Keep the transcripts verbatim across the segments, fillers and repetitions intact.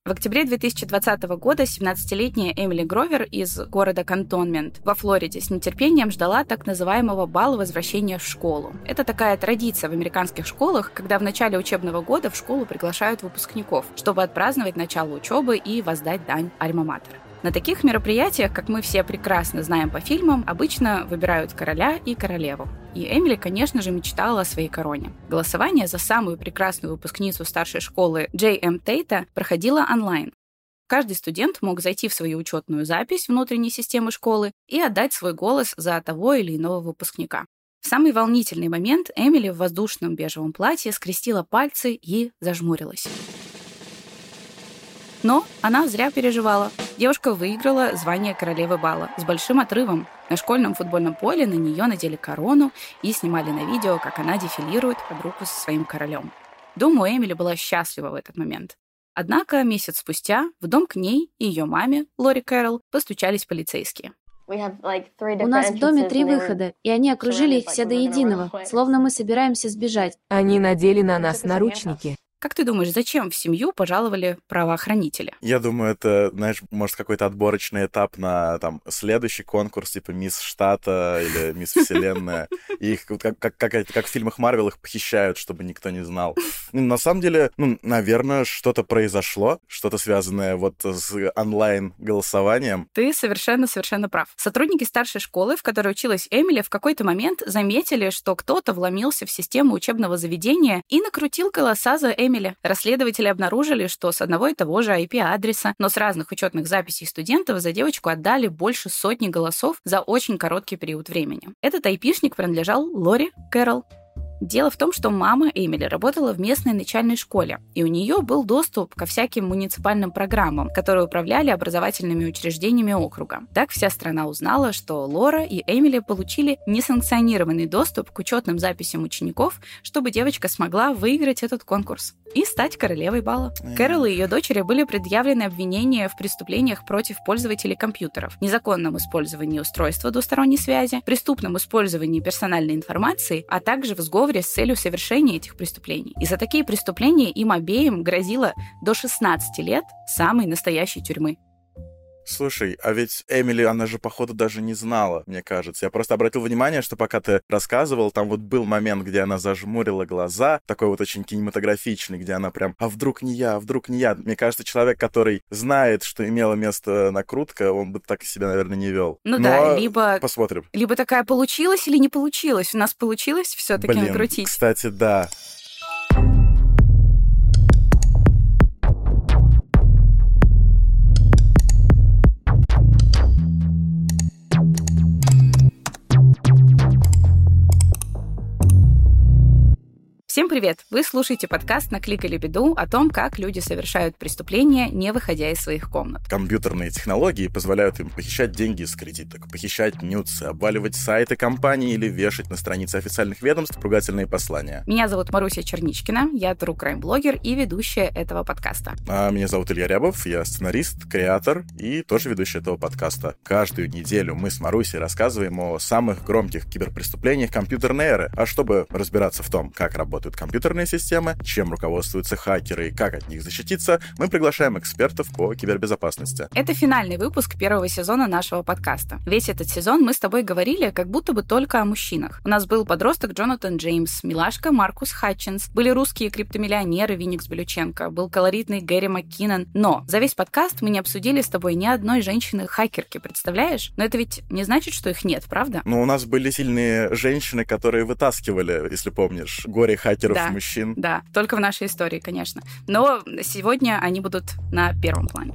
В октябре две тысячи двадцатого года семнадцатилетняя Эмили Гровер из города Кантонмент во Флориде с нетерпением ждала так называемого балла возвращения в школу. Это такая традиция в американских школах, когда в начале учебного года в школу приглашают выпускников, чтобы отпраздновать начало учебы и воздать дань альма-матер. На таких мероприятиях, как мы все прекрасно знаем по фильмам, обычно выбирают короля и королеву. И Эмили, конечно же, мечтала о своей короне. Голосование за самую прекрасную выпускницу старшей школы Джей Эм Тейта проходило онлайн. Каждый студент мог зайти в свою учетную запись внутренней системы школы и отдать свой голос за того или иного выпускника. В самый волнительный момент Эмили в воздушном бежевом платье скрестила пальцы и зажмурилась. Но она зря переживала. Девушка выиграла звание королевы бала с большим отрывом. На школьном футбольном поле на нее надели корону и снимали на видео, как она дефилирует под руку со своим королем. Думаю, Эмили была счастлива в этот момент. Однако месяц спустя в дом к ней и ее маме, Лори Кэрролл, постучались полицейские. У нас в доме три выхода, и они окружили их все до единого, словно мы собираемся сбежать. Они надели на нас наручники. Как ты думаешь, зачем в семью пожаловали правоохранители? Я думаю, это, знаешь, может, какой-то отборочный этап на там следующий конкурс, типа Мисс Штата или Мисс Вселенная. И их, как, как, как, как в фильмах Марвел, их похищают, чтобы никто не знал. Ну, на самом деле, ну, наверное, что-то произошло, что-то связанное вот с онлайн-голосованием. Ты совершенно-совершенно прав. Сотрудники старшей школы, в которой училась Эмили, в какой-то момент заметили, что кто-то вломился в систему учебного заведения и накрутил голоса за Эмили. Расследователи обнаружили, что с одного и того же ай пи-адреса, но с разных учетных записей студентов за девочку отдали больше сотни голосов за очень короткий период времени. Этот айпишник принадлежал Лори Кэрролл. Дело в том, что мама Эмили работала в местной начальной школе, и у нее был доступ ко всяким муниципальным программам, которые управляли образовательными учреждениями округа. Так вся страна узнала, что Лора и Эмили получили несанкционированный доступ к учетным записям учеников, чтобы девочка смогла выиграть этот конкурс и стать королевой бала. Кэрролл и ее дочери были предъявлены обвинения в преступлениях против пользователей компьютеров, незаконном использовании устройства двусторонней связи, преступном использовании персональной информации, а также в сговоре с целью совершения этих преступлений. И за такие преступления им обеим грозило до шестнадцати лет самой настоящей тюрьмы. Слушай, а ведь Эмили, она же, походу, даже не знала, мне кажется. Я просто обратил внимание, что пока ты рассказывал, там вот был момент, где она зажмурила глаза, такой вот очень кинематографичный, где она прям «а вдруг не я, а вдруг не я?». Мне кажется, человек, который знает, что имела место накрутка, он бы так себя, наверное, не вел. Ну Но да, либо... посмотрим. Либо такая получилась или не получилась. У нас получилось все-таки Блин, накрутить. Кстати, да. Всем привет! Вы слушаете подкаст «Накликали беду» о том, как люди совершают преступления, не выходя из своих комнат. Компьютерные технологии позволяют им похищать деньги из кредиток, похищать нюцы, обваливать сайты компаний или вешать на странице официальных ведомств ругательные послания. Меня зовут Маруся Черничкина, я true crime-блогер и ведущая этого подкаста. А меня зовут Илья Рябов, я сценарист, креатор и тоже ведущий этого подкаста. Каждую неделю мы с Марусей рассказываем о самых громких киберпреступлениях компьютерной эры. А чтобы разбираться в том, как работают компьютерные системы, чем руководствуются хакеры и как от них защититься, мы приглашаем экспертов по кибербезопасности. Это финальный выпуск первого сезона нашего подкаста. Весь этот сезон мы с тобой говорили как будто бы только о мужчинах. У нас был подросток Джонатан Джеймс, милашка Маркус Хатчинс, были русские криптомиллионеры Винникс Белюченко, был колоритный Гэри МакКиннон. Но за весь подкаст мы не обсудили с тобой ни одной женщины-хакерки, представляешь? Но это ведь не значит, что их нет, правда? Ну, у нас были сильные женщины, которые вытаскивали, если помнишь, горе хакеров да, мужчин. Да, только в нашей истории, конечно. Но сегодня они будут на первом плане.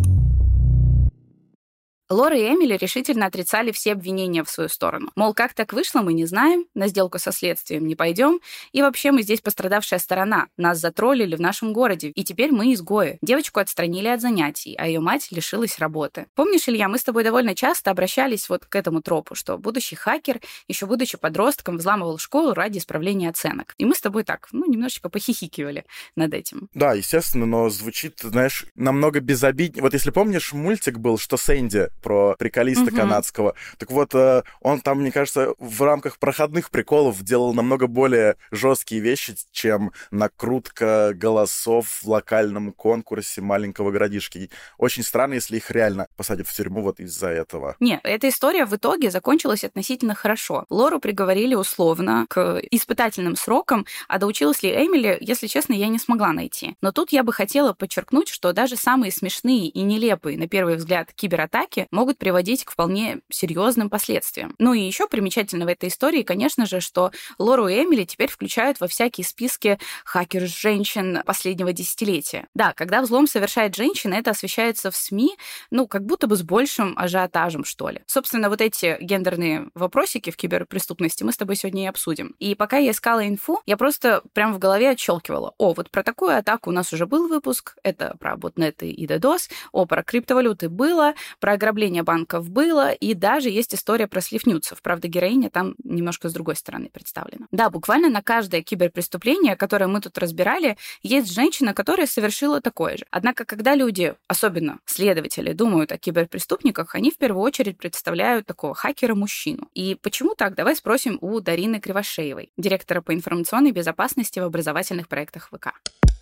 Лора и Эмили решительно отрицали все обвинения в свою сторону. Мол, как так вышло, мы не знаем, на сделку со следствием не пойдем, и вообще мы здесь пострадавшая сторона, нас затроллили в нашем городе, и теперь мы изгои. Девочку отстранили от занятий, а ее мать лишилась работы. Помнишь, Илья, мы с тобой довольно часто обращались вот к этому тропу, что будущий хакер, еще будучи подростком, взламывал школу ради исправления оценок. И мы с тобой так, ну, немножечко похихикивали над этим. Да, естественно, но звучит, знаешь, намного безобиднее. Вот если помнишь, мультик был, что Сэнди про приколиста mm-hmm. канадского. Так вот, он там, мне кажется, в рамках проходных приколов делал намного более жесткие вещи, чем накрутка голосов в локальном конкурсе маленького городишки. Очень странно, если их реально посадят в тюрьму вот из-за этого. Нет, эта история в итоге закончилась относительно хорошо. Лору приговорили условно к испытательным срокам, а доучилась ли Эмили, если честно, я не смогла найти. Но тут я бы хотела подчеркнуть, что даже самые смешные и нелепые, на первый взгляд, кибератаки могут приводить к вполне серьезным последствиям. Ну и еще примечательно в этой истории, конечно же, что Лору и Эмили теперь включают во всякие списки хакер-женщин последнего десятилетия. Да, когда взлом совершает женщина, это освещается в СМИ, ну, как будто бы с большим ажиотажем, что ли. Собственно, вот эти гендерные вопросики в киберпреступности мы с тобой сегодня и обсудим. И пока я искала инфу, я просто прям в голове отщелкивала. О, вот про такую атаку у нас уже был выпуск, это про ботнеты и DDoS, о, про криптовалюты было, про ограбление банков было, и даже есть история про сливнюцев. Правда, героиня там немножко с другой стороны представлена. Да, буквально на каждое киберпреступление, которое мы тут разбирали, есть женщина, которая совершила такое же. Однако, когда люди, особенно следователи, думают о киберпреступниках, они в первую очередь представляют такого хакера-мужчину. И почему так? Давай спросим у Дарины Кривошеевой, директора по информационной безопасности в образовательных проектах ВК.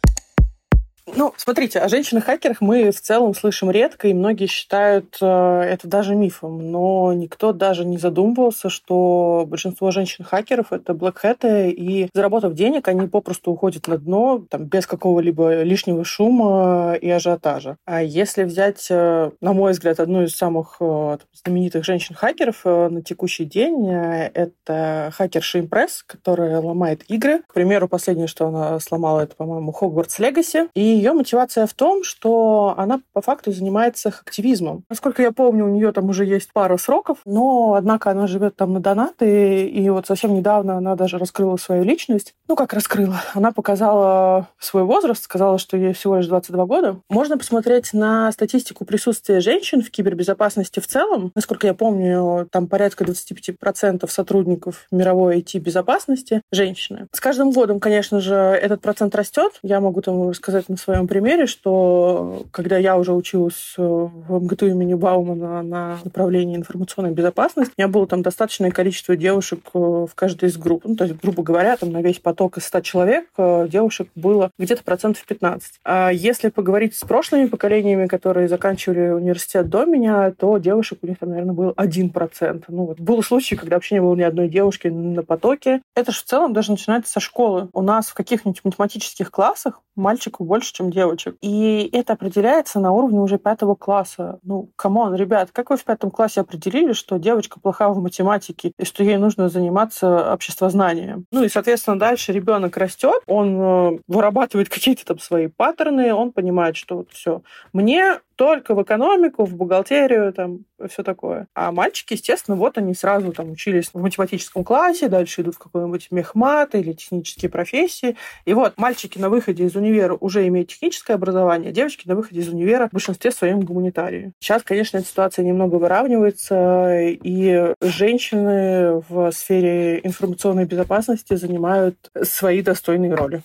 Ну, смотрите, о женщинах-хакерах мы в целом слышим редко, и многие считают э, это даже мифом. Но никто даже не задумывался, что большинство женщин-хакеров — это блэкхэты, и заработав денег, они попросту уходят на дно там, без какого-либо лишнего шума и ажиотажа. А если взять, э, на мой взгляд, одну из самых э, знаменитых женщин-хакеров э, на текущий день, э, это хакерша Impress, которая ломает игры. К примеру, последнее, что она сломала, это, по-моему, Hogwarts Legacy. И ее мотивация в том, что она по факту занимается активизмом. Насколько я помню, у нее там уже есть пара сроков, но, однако, она живет там на донаты, и вот совсем недавно она даже раскрыла свою личность. Ну, как раскрыла? Она показала свой возраст, сказала, что ей всего лишь двадцать два года. Можно посмотреть на статистику присутствия женщин в кибербезопасности в целом. Насколько я помню, там порядка двадцать пять процентов сотрудников мировой ай ти-безопасности женщины. С каждым годом, конечно же, этот процент растет. Я могу там рассказать на своем примере, что когда я уже училась в эм гэ тэ ю имени Баумана на направлении информационной безопасности, у меня было там достаточное количество девушек в каждой из групп. Ну, то есть, грубо говоря, там на весь поток из ста человек девушек было где-то процентов пятнадцать. А если поговорить с прошлыми поколениями, которые заканчивали университет до меня, то девушек у них там, наверное, был один процент. Ну, вот был случай, когда вообще не было ни одной девушки на потоке. Это же в целом даже начинается со школы. У нас в каких-нибудь математических классах мальчиков больше, чем девочек. И это определяется на уровне уже пятого класса. Ну, камон, ребят, как вы в пятом классе определили, что девочка плоха в математике и что ей нужно заниматься обществознанием? Ну и, соответственно, дальше ребенок растет, он вырабатывает какие-то там свои паттерны, он понимает, что вот все, мне только в экономику, в бухгалтерию, там, все такое. А мальчики, естественно, вот они сразу там учились в математическом классе, дальше идут в какой-нибудь мехмат или технические профессии. И вот мальчики на выходе из универа уже имеют техническое образование, а девочки на выходе из универа в большинстве своем гуманитарии. Сейчас, конечно, эта ситуация немного выравнивается, и женщины в сфере информационной безопасности занимают свои достойные роли.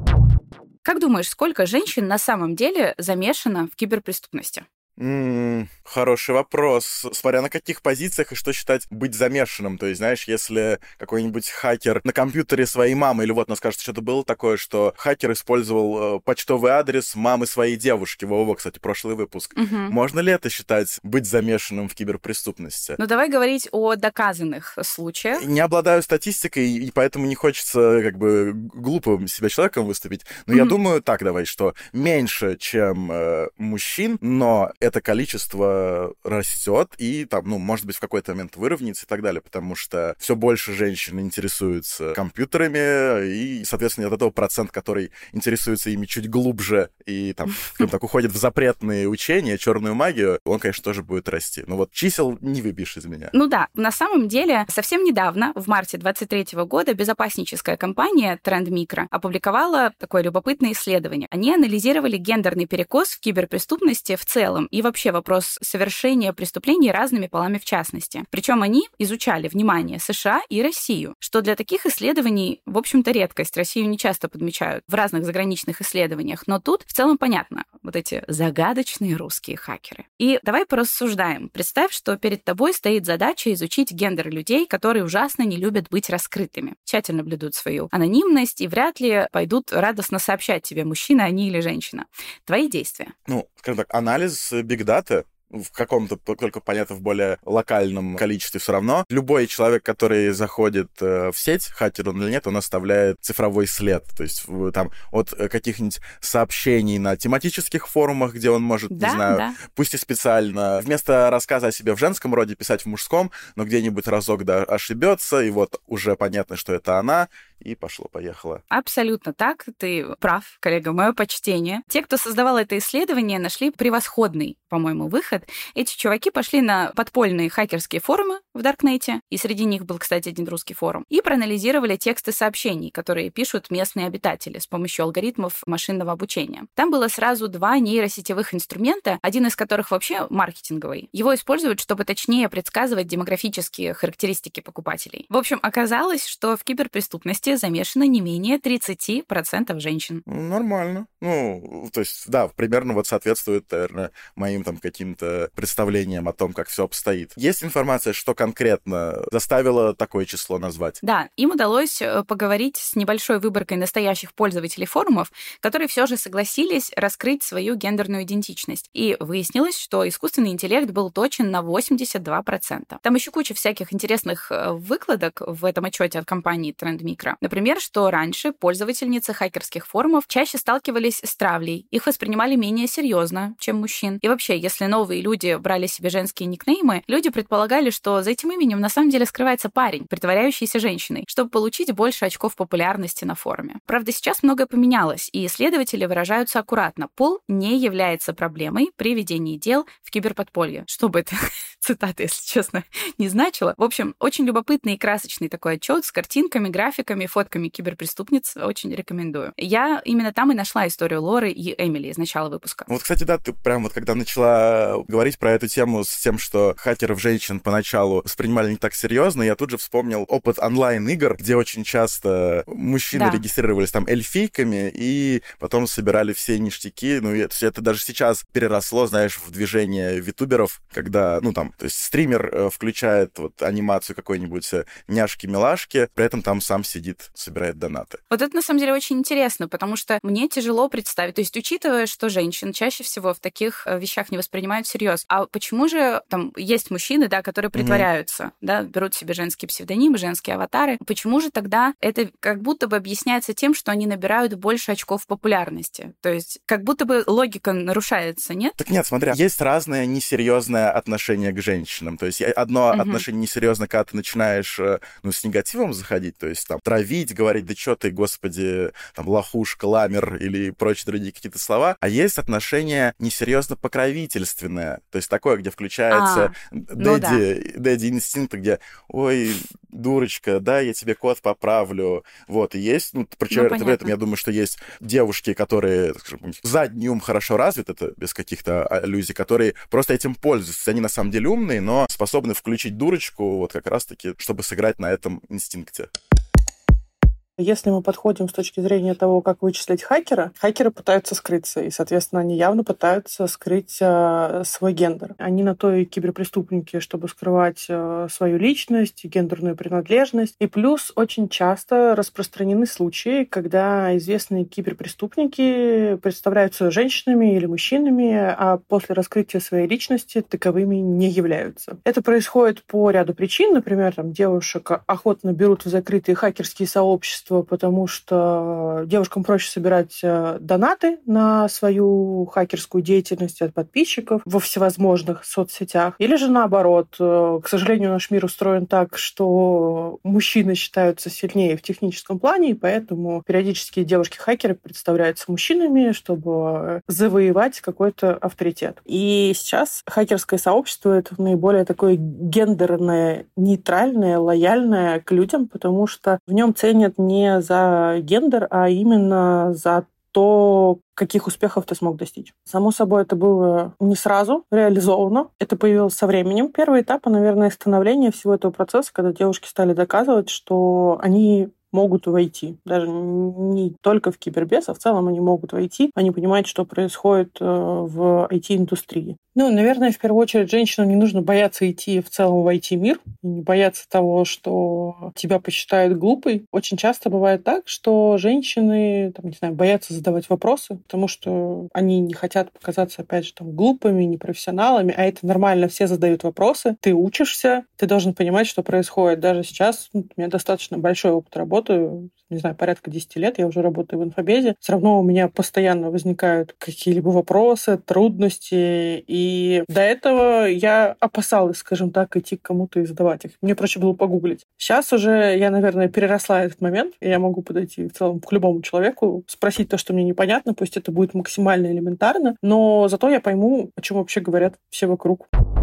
Как думаешь, сколько женщин на самом деле замешано в киберпреступности? Mm, хороший вопрос. Смотря на каких позициях и что считать быть замешанным. То есть, знаешь, если какой-нибудь хакер на компьютере своей мамы, или вот, нас кажется, что-то было такое, что хакер использовал э, почтовый адрес мамы своей девушки. Во-во, кстати, прошлый выпуск. Угу. Можно ли это считать быть замешанным в киберпреступности? Ну, давай говорить о доказанных случаях. Не обладаю статистикой, и поэтому не хочется как бы глупым себя человеком выступить. Но угу. я думаю, так давай, что меньше, чем э, мужчин, но это количество растет и там, ну, может быть, в какой-то момент выровняется и так далее, потому что все больше женщин интересуются компьютерами, и, соответственно, от этого процент, который интересуется ими чуть глубже и там, скажем так, уходит в запретные учения, черную магию, он, конечно, тоже будет расти. Но вот чисел не выбьешь из меня. Ну да, на самом деле, совсем недавно, в марте двадцать третьего года, безопасническая компания Trend Micro опубликовала такое любопытное исследование. Они анализировали гендерный перекос в киберпреступности в целом и и вообще вопрос совершения преступлений разными полами в частности. Причем они изучали, внимание, США и Россию, что для таких исследований, в общем-то, редкость. Россию не часто подмечают в разных заграничных исследованиях, но тут в целом понятно. Вот эти загадочные русские хакеры. И давай порассуждаем. Представь, что перед тобой стоит задача изучить гендер людей, которые ужасно не любят быть раскрытыми, тщательно блюдут свою анонимность и вряд ли пойдут радостно сообщать тебе, мужчина они или женщина. Твои действия. Ну, скажем так, анализ бигдаты в каком-то, только понятно, в более локальном количестве все равно. Любой человек, который заходит в сеть, хакер он или нет, он оставляет цифровой след. То есть там от каких-нибудь сообщений на тематических форумах, где он может, да, не знаю, да. пусть и специально, вместо рассказа о себе в женском роде писать в мужском, но где-нибудь разок да ошибется, и вот уже понятно, что это она, и пошло-поехало. Абсолютно так. Ты прав, коллега, мое почтение. Те, кто создавал это исследование, нашли превосходный, по-моему, выход. Эти чуваки пошли на подпольные хакерские форумы в Даркнете, и среди них был, кстати, один русский форум, и проанализировали тексты сообщений, которые пишут местные обитатели с помощью алгоритмов машинного обучения. Там было сразу два нейросетевых инструмента, один из которых вообще маркетинговый. Его используют, чтобы точнее предсказывать демографические характеристики покупателей. В общем, оказалось, что в киберпреступности замешано не менее тридцать процентов женщин. Нормально. Ну, то есть, да, примерно вот соответствует, наверное, моим там каким-то представлениям о том, как все обстоит. Есть информация, что конкретно заставило такое число назвать? Да, им удалось поговорить с небольшой выборкой настоящих пользователей форумов, которые все же согласились раскрыть свою гендерную идентичность. И выяснилось, что искусственный интеллект был точен на восемьдесят два процента. Там еще куча всяких интересных выкладок в этом отчете от компании TrendMicro. Например, что раньше пользовательницы хакерских форумов чаще сталкивались с травлей, их воспринимали менее серьезно, чем мужчин. И вообще, если новые люди брали себе женские никнеймы, люди предполагали, что за этим именем на самом деле скрывается парень, притворяющийся женщиной, чтобы получить больше очков популярности на форуме. Правда, сейчас многое поменялось, и исследователи выражаются аккуратно. Пол не является проблемой при ведении дел в киберподполье. Что бы это, цитата, если честно, не значило. В общем, очень любопытный и красочный такой отчет с картинками, графиками, фотками киберпреступниц. Очень рекомендую. Я именно там и нашла историю Лоры и Эмили из начала выпуска. Вот, кстати, да, ты прям вот когда начала говорить про эту тему с тем, что хакеров женщин поначалу воспринимали не так серьезно, я тут же вспомнил опыт онлайн-игр, где очень часто мужчины да. регистрировались там эльфийками и потом собирали все ништяки. Ну, это, это даже сейчас переросло, знаешь, в движение витуберов, когда, ну, там, то есть стример включает вот анимацию какой-нибудь няшки-милашки, при этом там сам сидит, собирает донаты. Вот это, на самом деле, очень интересно, потому что мне тяжело представить, то есть учитывая, что женщин чаще всего в таких вещах не воспринимают всерьез, а почему же там есть мужчины, да, которые притворяются, mm-hmm. да, берут себе женские псевдонимы, женские аватары, почему же тогда это как будто бы объясняется тем, что они набирают больше очков популярности? То есть как будто бы логика нарушается, нет? Так нет, смотри, есть разное несерьезное отношение к женщинам. То есть одно mm-hmm. отношение несерьезное, когда ты начинаешь, ну, с негативом заходить, то есть там травить, говорить, да что ты, господи, там, лохушка, ламер или прочие другие какие-то слова, а есть отношение несерьезно покровительственное, то есть такое, где включается а, дэдди, ну да. дэдди-инстинкт, где, ой, дурочка, да, я тебе код поправлю, вот, и есть, ну, причем ну, в этом, я думаю, что есть девушки, которые, так скажем, задний ум хорошо развит, это без каких-то аллюзий, которые просто этим пользуются, они на самом деле умные, но способны включить дурочку, вот, как раз-таки, чтобы сыграть на этом инстинкте. Если мы подходим с точки зрения того, как вычислить хакера, хакеры пытаются скрыться, и, соответственно, они явно пытаются скрыть э, свой гендер. Они на то и киберпреступники, чтобы скрывать э, свою личность, гендерную принадлежность. И плюс очень часто распространены случаи, когда известные киберпреступники представляются женщинами или мужчинами, а после раскрытия своей личности таковыми не являются. Это происходит по ряду причин. Например, там, девушек охотно берут в закрытые хакерские сообщества, потому что девушкам проще собирать донаты на свою хакерскую деятельность от подписчиков во всевозможных соцсетях. Или же наоборот. К сожалению, наш мир устроен так, что мужчины считаются сильнее в техническом плане, и поэтому периодически девушки-хакеры представляются мужчинами, чтобы завоевать какой-то авторитет. И сейчас хакерское сообщество — это наиболее такое гендерное, нейтральное, лояльное к людям, потому что в нем ценят не за гендер, а именно за то каких успехов ты смог достичь. Само собой, это было не сразу реализовано. Это появилось со временем. Первый этап, наверное, становления всего этого процесса, когда девушки стали доказывать, что они могут войти. Даже не только в кибербез, а в целом они могут войти. Они понимают, что происходит в ай ти-индустрии. Ну, наверное, в первую очередь женщинам не нужно бояться идти в целом в ай ти-мир, и не бояться того, что тебя посчитают глупой. Очень часто бывает так, что женщины, там, не знаю, боятся задавать вопросы, потому что они не хотят показаться, опять же, там, глупыми, непрофессионалами, а это нормально, все задают вопросы. Ты учишься, ты должен понимать, что происходит. Даже сейчас ну, у меня достаточно большой опыт работы, не знаю, порядка десять лет, я уже работаю в инфобезе. Все равно у меня постоянно возникают какие-либо вопросы, трудности, и до этого я опасалась, скажем так, идти к кому-то и задавать их. Мне проще было погуглить. Сейчас уже я, наверное, переросла этот момент, и я могу подойти в целом к любому человеку, спросить то, что мне непонятно, пусть это будет максимально элементарно, но зато я пойму, о чем вообще говорят все вокруг.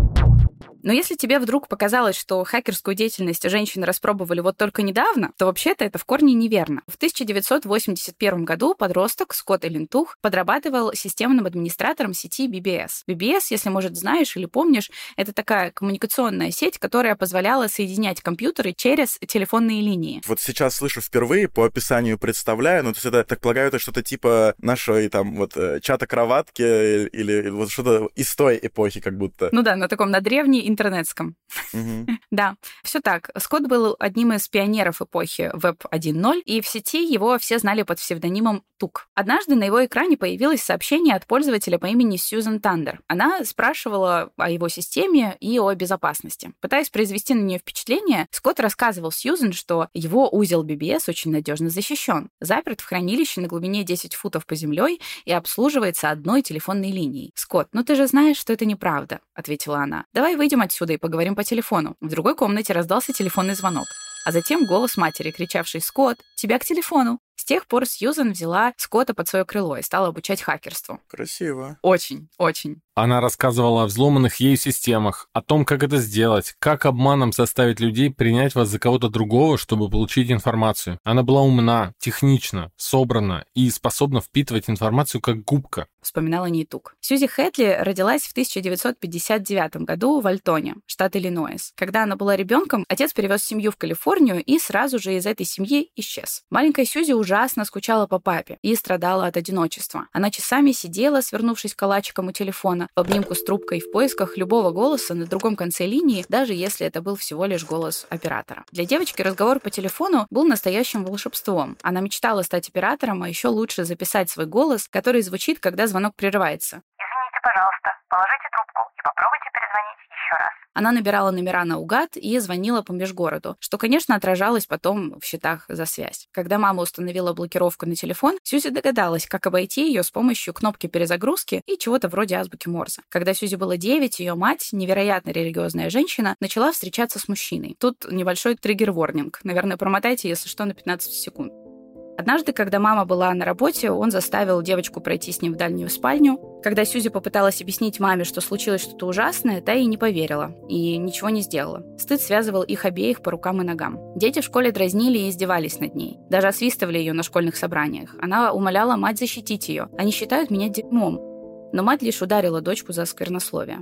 Но если тебе вдруг показалось, что хакерскую деятельность женщины распробовали вот только недавно, то вообще-то это в корне неверно. В тысяча девятьсот восемьдесят первом году подросток Скотт Эллентух подрабатывал системным администратором сети би би эс. би би эс, если, может, знаешь или помнишь, это такая коммуникационная сеть, которая позволяла соединять компьютеры через телефонные линии. Вот сейчас слышу впервые, по описанию представляю, ну, то есть это, так полагаю, это что-то типа нашей там вот чата-кроватки или, или вот что-то из той эпохи как будто. Ну да, на таком, на древней интернетском. Mm-hmm. Да, все так. Скотт был одним из пионеров эпохи веб один ноль, и в сети его все знали под псевдонимом Тук. Однажды на его экране появилось сообщение от пользователя по имени Сьюзен Тандер. Она спрашивала о его системе и о безопасности. Пытаясь произвести на нее впечатление, Скотт рассказывал Сьюзен, что его узел би би эс очень надежно защищен, заперт в хранилище на глубине десять футов под землей и обслуживается одной телефонной линией. «Скотт, ну ты же знаешь, что это неправда», — ответила она. «Давай выйдем отсюда и поговорим по телефону». В другой комнате раздался телефонный звонок, а затем голос матери, кричавшей: «Скотт, тебя к телефону». С тех пор Сьюзен взяла Скотта под свое крыло и стала обучать хакерству. Красиво. Очень, очень. Она рассказывала о взломанных ею системах, о том, как это сделать, как обманом заставить людей принять вас за кого-то другого, чтобы получить информацию. Она была умна, технична, собрана и способна впитывать информацию как губка. Вспоминала Нейтук. Сьюзи Хэдли родилась в тысяча девятьсот пятьдесят девятом году в Альтоне, штат Иллинойс. Когда она была ребенком, отец перевез семью в Калифорнию и сразу же из этой семьи исчез. Маленькая Сьюзи ужасно скучала по папе и страдала от одиночества. Она часами сидела, свернувшись калачиком у телефона, в обнимку с трубкой в поисках любого голоса на другом конце линии, даже если это был всего лишь голос оператора. Для девочки разговор по телефону был настоящим волшебством. Она мечтала стать оператором, а еще лучше записать свой голос, который звучит, когда звонок прерывается. «Извините, пожалуйста, положите трубку и попробуйте перезвонить еще раз». Она набирала номера наугад и звонила по межгороду, что, конечно, отражалось потом в счетах за связь. Когда мама установила блокировку на телефон, Сьюзи догадалась, как обойти ее с помощью кнопки перезагрузки и чего-то вроде азбуки Морзе. Когда Сьюзи было девять, ее мать, невероятно религиозная женщина, начала встречаться с мужчиной. Тут небольшой триггер-ворнинг. Наверное, промотайте, если что, на пятнадцать секунд. Однажды, когда мама была на работе, он заставил девочку пройти с ним в дальнюю спальню. Когда Сьюзи попыталась объяснить маме, что случилось что-то ужасное, та ей не поверила и ничего не сделала. Стыд связывал их обеих по рукам и ногам. Дети в школе дразнили и издевались над ней. Даже освистывали ее на школьных собраниях. Она умоляла мать защитить ее. «Они считают меня дерьмом». Но мать лишь ударила дочку за сквернословие.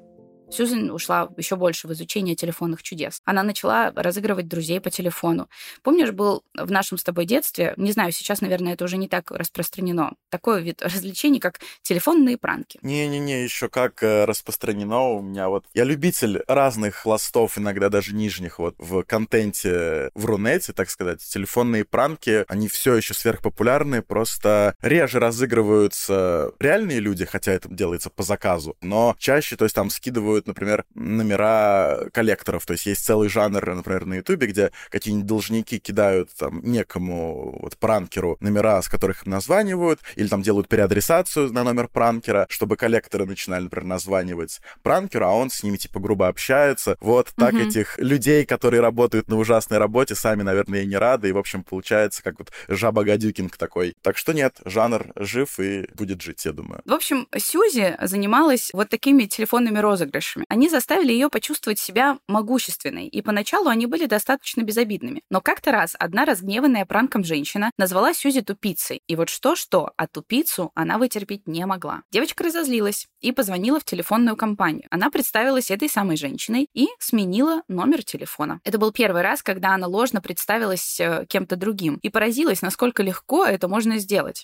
Сьюзен ушла еще больше в изучение телефонных чудес. Она начала разыгрывать друзей по телефону. Помнишь, был в нашем с тобой детстве, не знаю, сейчас, наверное, это уже не так распространено, такой вид развлечений, как телефонные пранки? Не-не-не, еще как распространено у меня вот... Я любитель разных хвостов, иногда даже нижних, вот в контенте в Рунете, так сказать. Телефонные пранки, они все еще сверхпопулярны, просто реже разыгрываются реальные люди, хотя это делается по заказу, но чаще, то есть там скидывают, например, номера коллекторов. То есть есть целый жанр, например, на Ютубе, где какие-нибудь должники кидают там некому вот пранкеру номера, с которых им названивают, или там делают переадресацию на номер пранкера, чтобы коллекторы начинали, например, названивать пранкеру, а он с ними типа грубо общается. Вот так mm-hmm. этих людей, которые работают на ужасной работе, сами, наверное, и не рады, и, в общем, получается как вот жаба-гадюкинг такой. Так что нет, жанр жив и будет жить, я думаю. В общем, Сьюзи занималась вот такими телефонными розыгрышами. хорошими. Они заставили ее почувствовать себя могущественной, и поначалу они были достаточно безобидными. Но как-то раз одна разгневанная пранком женщина назвала Сьюзи тупицей. И вот что-что, а тупицу она вытерпеть не могла. Девочка разозлилась и позвонила в телефонную компанию. Она представилась этой самой женщиной и сменила номер телефона. Это был первый раз, когда она ложно представилась кем-то другим и поразилась, насколько легко это можно сделать.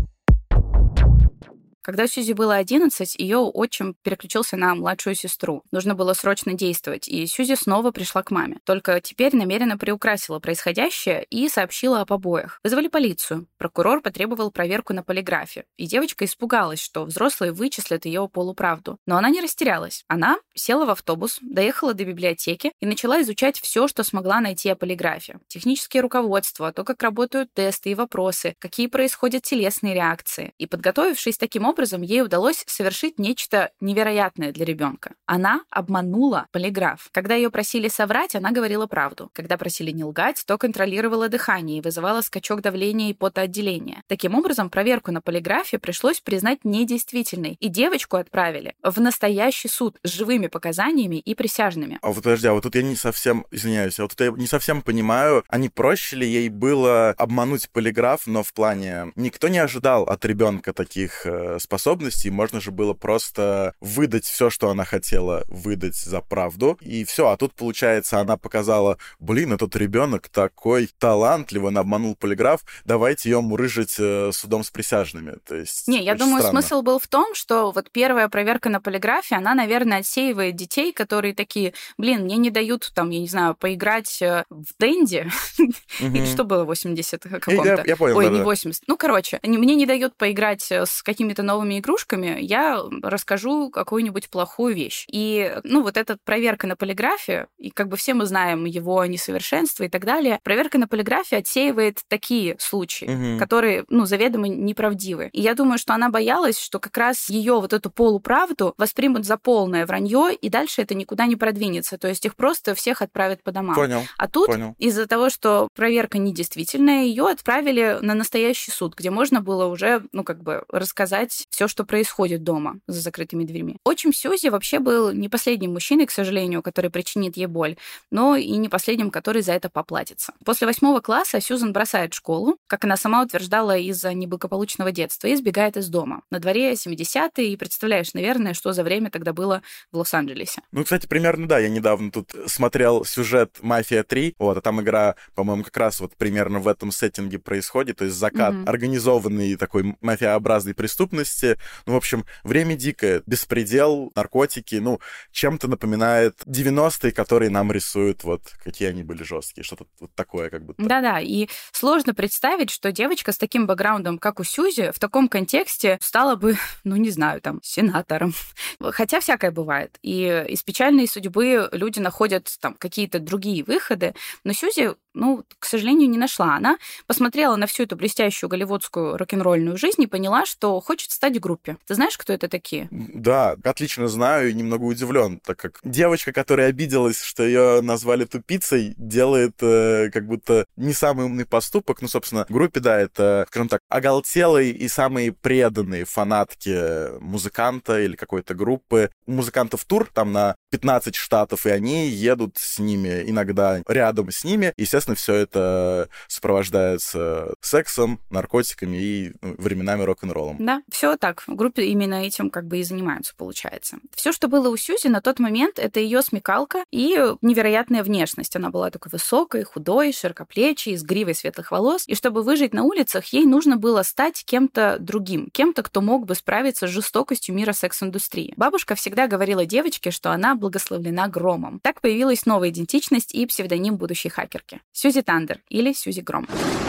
Когда Сьюзи было одиннадцать, ее отчим переключился на младшую сестру. Нужно было срочно действовать, и Сьюзи снова пришла к маме. Только теперь намеренно приукрасила происходящее и сообщила о побоях. Вызвали полицию. Прокурор потребовал проверку на полиграфе, и девочка испугалась, что взрослые вычислят ее полуправду. Но она не растерялась. Она села в автобус, доехала до библиотеки и начала изучать все, что смогла найти о полиграфе. Технические руководства, то, как работают тесты и вопросы, какие происходят телесные реакции. И подготовившись таким образом, образом ей удалось совершить нечто невероятное для ребенка. Она обманула полиграф. Когда ее просили соврать, она говорила правду. Когда просили не лгать, то контролировала дыхание и вызывала скачок давления и потоотделения. Таким образом, проверку на полиграфе пришлось признать недействительной, и девочку отправили в настоящий суд с живыми показаниями и присяжными. А вот подожди, а вот тут я не совсем, извиняюсь, а вот тут я не совсем понимаю, а не проще ли ей было обмануть полиграф, но в плане никто не ожидал от ребенка таких э, способностей, можно же было просто выдать все, что она хотела выдать за правду, и все. А тут, получается, она показала, блин, этот ребенок такой талантливый, он обманул полиграф, давайте ее мурыжить э, судом с присяжными. То есть, не, я думаю, странно. Смысл был в том, что вот первая проверка на полиграфе, она, наверное, отсеивает детей, которые такие, блин, мне не дают, там, я не знаю, поиграть в Дэнди, или что было в восьмидесятых каком-то? Я понял, Ой, не восемьдесят. Ну, короче, мне не дают поиграть с какими-то новыми игрушками, я расскажу какую-нибудь плохую вещь. И, ну, вот эта проверка на полиграфе, и как бы все мы знаем его несовершенства и так далее, проверка на полиграфе отсеивает такие случаи, угу. которые, ну, заведомо неправдивы. И я думаю, что она боялась, что как раз ее вот эту полуправду воспримут за полное вранье, и дальше это никуда не продвинется. То есть их просто всех отправят по домам. Понял. А тут Понял. из-за того, что проверка недействительная, ее отправили на настоящий суд, где можно было уже, ну, как бы рассказать все, что происходит дома за закрытыми дверьми. Отчим Сьюзи вообще был не последним мужчиной, к сожалению, который причинит ей боль, но и не последним, который за это поплатится. После восьмого класса Сьюзан бросает школу, как она сама утверждала, из-за неблагополучного детства, и сбегает из дома. На дворе семидесятые, и представляешь, наверное, что за время тогда было в Лос-Анджелесе. Ну, кстати, примерно, да, я недавно тут смотрел сюжет «Мафия три», вот, а там игра, по-моему, как раз вот примерно в этом сеттинге происходит, то есть закат mm-hmm. организованной такой мафиообразной преступности. Ну, в общем, время дикое, беспредел, наркотики, ну, чем-то напоминает девяностые, которые нам рисуют, вот, какие они были жесткие, что-то вот такое как будто. Да-да, и сложно представить, что девочка с таким бэкграундом, как у Сьюзи, в таком контексте стала бы, ну, не знаю, там, сенатором. Хотя всякое бывает. И из печальной судьбы люди находят там какие-то другие выходы, но Сьюзи, ну, к сожалению, не нашла. Она посмотрела на всю эту блестящую голливудскую рок-н-ролльную жизнь и поняла, что хочет стать в группе. Ты знаешь, кто это такие? Да, отлично знаю и немного удивлен, так как девочка, которая обиделась, что ее назвали тупицей, делает э, как будто не самый умный поступок. Ну, собственно, в группе, да, это, скажем так, оголтелые и самые преданные фанатки музыканта или какой-то группы. У музыкантов тур там на пятнадцать штатов, и они едут с ними, иногда рядом с ними. Естественно, все это сопровождается сексом, наркотиками и ну, временами рок-н-роллом. Да, все так. В группе именно этим как бы и занимаются, получается. Все, что было у Сьюзи на тот момент, это ее смекалка и невероятная внешность. Она была такой высокой, худой, широкоплечей, с гривой светлых волос. И чтобы выжить на улицах, ей нужно было стать кем-то другим, кем-то, кто мог бы справиться с жестокостью мира секс-индустрии. Бабушка всегда говорила девочке, что она благословлена громом. Так появилась новая идентичность и псевдоним будущей хакерки. Сьюзи Тандер или Сьюзи Гром.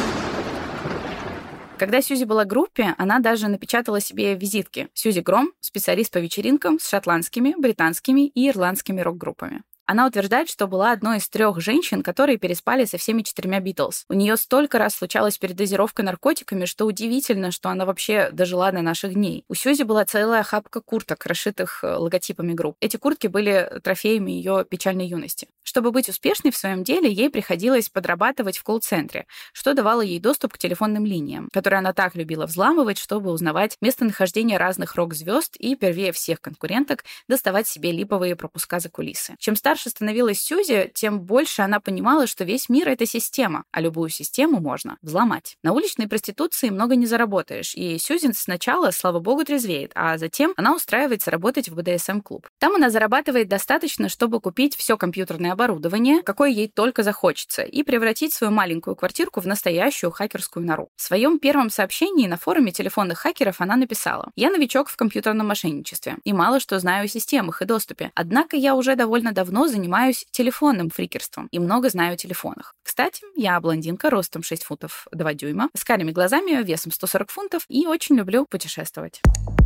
Когда Сьюзи была в группе, она даже напечатала себе визитки. Сьюзи Гром — специалист по вечеринкам с шотландскими, британскими и ирландскими рок-группами. Она утверждает, что была одной из трех женщин, которые переспали со всеми четырьмя Битлз. У нее столько раз случалась передозировка наркотиками, что удивительно, что она вообще дожила до наших дней. У Сьюзи была целая охапка курток, расшитых логотипами групп. Эти куртки были трофеями ее печальной юности. Чтобы быть успешной в своем деле, ей приходилось подрабатывать в колл-центре, что давало ей доступ к телефонным линиям, которые она так любила взламывать, чтобы узнавать местонахождение разных рок-звезд и, первее всех конкуренток, доставать себе липовые пропуска за кулисы. Чем старше становилась Сьюзи, тем больше она понимала, что весь мир — это система, а любую систему можно взломать. На уличной проституции много не заработаешь, и Сьюзи сначала, слава богу, трезвеет, а затем она устраивается работать в бэ дэ эс эм-клуб. Там она зарабатывает достаточно, чтобы купить все компьютерное оборудование, какое ей только захочется, и превратить свою маленькую квартирку в настоящую хакерскую нору. В своем первом сообщении на форуме телефонных хакеров она написала: «Я новичок в компьютерном мошенничестве и мало что знаю о системах и доступе. Однако я уже довольно давно занимаюсь телефонным фрикерством и много знаю о телефонах. Кстати, я блондинка ростом шесть футов два дюйма, с карими глазами, весом сто сорок фунтов и очень люблю путешествовать».